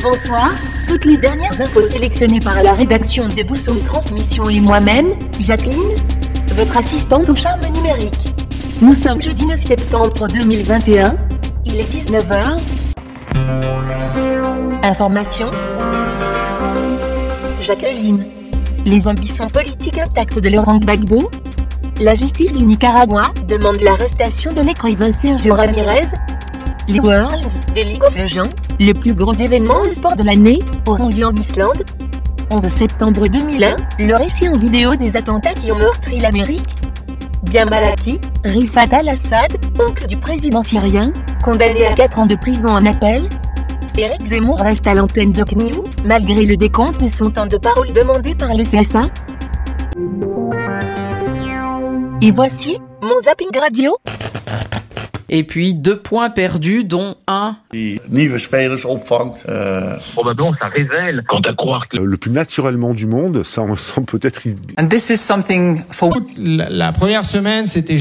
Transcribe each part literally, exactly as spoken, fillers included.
Bonsoir, toutes les dernières infos sélectionnées par la rédaction de Boussole Transmission et moi-même, Jacqueline, votre assistante au charme numérique. Nous sommes jeudi neuf septembre deux mille vingt et un, il est dix-neuf heures. Information. Jacqueline. Les ambitions politiques intactes de Laurent Gbagbo. La justice du Nicaragua demande l'arrestation de l'écrivain Sergio Ramirez. Les Worlds de League of Legends, le plus gros événement de sport de l'année, auront lieu en Islande. onze septembre deux mille un, le récit en vidéo des attentats qui ont meurtri l'Amérique. Bien Malaki, Rifat al-Assad, oncle du président syrien, condamné à quatre ans de prison en appel. Éric Zemmour reste à l'antenne de C N I U, malgré le décompte de son temps de parole demandé par le C S A. Et voici mon zapping radio. Et puis deux points perdus, dont un. Die nieuwe spelers opvangt. Euh... Probablement, ça révèle. Quant à croire que le plus naturellement du monde, ça on sent peut-être. And this is something for. La, la première semaine, c'était.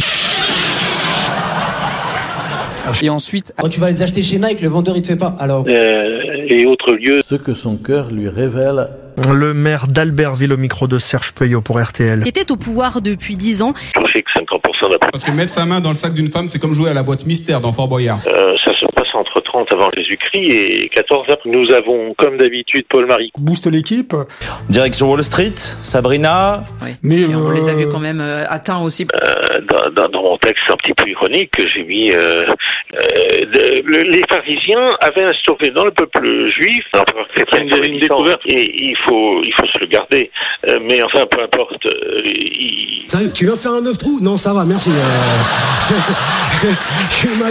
Et ensuite, quand tu vas les acheter chez Nike, le vendeur il te fait pas. Alors. Euh, et autres lieux. Ce que son cœur lui révèle. Le maire d'Albertville au micro de Serge Peuillot pour R T L. Il était au pouvoir depuis dix ans. Je sais que cinquante pour cent de la... Parce que mettre sa main dans le sac d'une femme, c'est comme jouer à la boîte mystère dans Fort Boyard. Euh, ça se passe entre trente avant Jésus-Christ et quatorze après. Nous avons, comme d'habitude, Paul Marie. Booste l'équipe. Direction Wall Street, Sabrina. Oui. Mais euh... on les a vus quand même euh, atteints aussi. Euh, dans, dans, dans mon texte un petit peu ironique, j'ai mis euh, euh, de, le, les pharisiens avaient instauré dans le peuple juif c'est une, une découverte et il faut il faut se le garder. Euh, mais enfin peu importe. Euh, il... Ça, tu viens faire un œuf trou? Non, ça va, merci. Euh... Je suis ma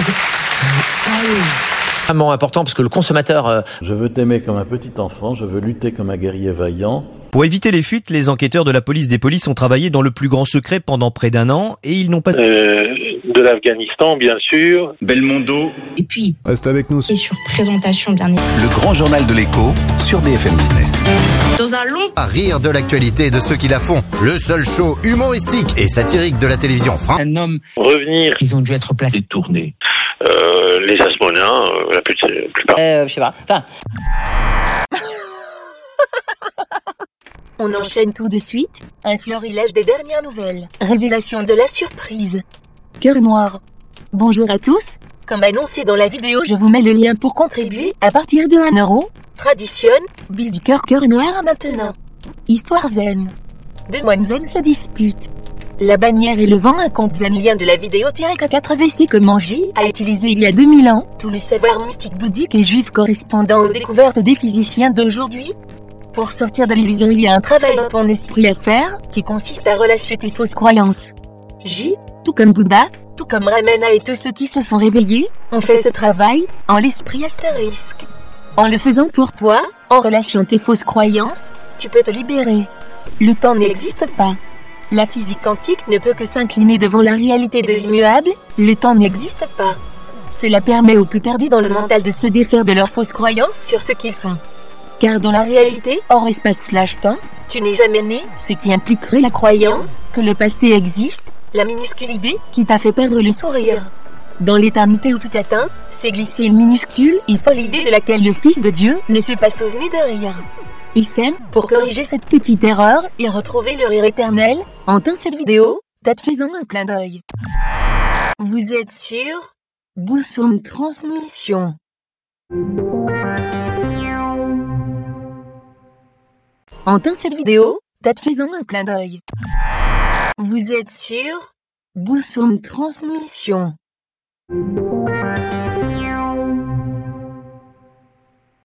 Vraiment important parce que le consommateur. Euh... Je veux t'aimer comme un petit enfant, je veux lutter comme un guerrier vaillant. Pour éviter les fuites, les enquêteurs de la police des polices ont travaillé dans le plus grand secret pendant près d'un an et ils n'ont pas... Euh, de l'Afghanistan, bien sûr. Belmondo. Et puis... Reste avec nous. Et sur présentation, bien évidemment. Le grand journal de l'écho sur B F M Business. Dans un long... À rire de l'actualité et de ceux qui la font. Le seul show humoristique et satirique de la télévision française. Un homme... Revenir. Ils ont dû être placés. Tournés. Euh, les Asmonins, euh, la plupart. Euh, je sais pas. Enfin... On enchaîne tout de suite, un florilège des dernières nouvelles. Révélation de la surprise. Cœur noir. Bonjour à tous. Comme annoncé dans la vidéo, je vous mets le lien pour contribuer à partir de un euro. Traditionne, bis du cœur cœur noir maintenant. Histoire zen. Deux moines zen se disputent. La bannière et le vent, un conte zen lien de la vidéo K quatre V C que Manji a utilisé il y a deux mille ans. Tout le savoir mystique bouddhique et juif correspondant aux découvertes des physiciens d'aujourd'hui. Pour sortir de l'illusion, il y a un travail dans ton esprit à faire, qui consiste à relâcher tes fausses croyances. J, tout comme Bouddha, tout comme Ramana et tous ceux qui se sont réveillés, ont fait ce travail, en l'esprit astérisque. En le faisant pour toi, en relâchant tes fausses croyances, tu peux te libérer. Le temps n'existe pas. La physique quantique ne peut que s'incliner devant la réalité de l'immuable, le temps n'existe pas. Cela permet aux plus perdus dans le mental de se défaire de leurs fausses croyances sur ce qu'ils sont. Car dans la réalité, hors espace slash temps, tu n'es jamais né, ce qui impliquerait la croyance que le passé existe, la minuscule idée qui t'a fait perdre le sourire. Dans l'éternité où tout atteint, c'est glisser une minuscule et folle idée de laquelle le Fils de Dieu ne s'est pas souvenu de rire. Il s'aime pour corriger cette petite erreur et retrouver le rire éternel, entends cette vidéo, t'as faisant un clin d'œil. Vous êtes sur Boussole Transmission. Entends cette vidéo, t'as faisant un clin d'œil. Vous êtes sur Boussole Transmission.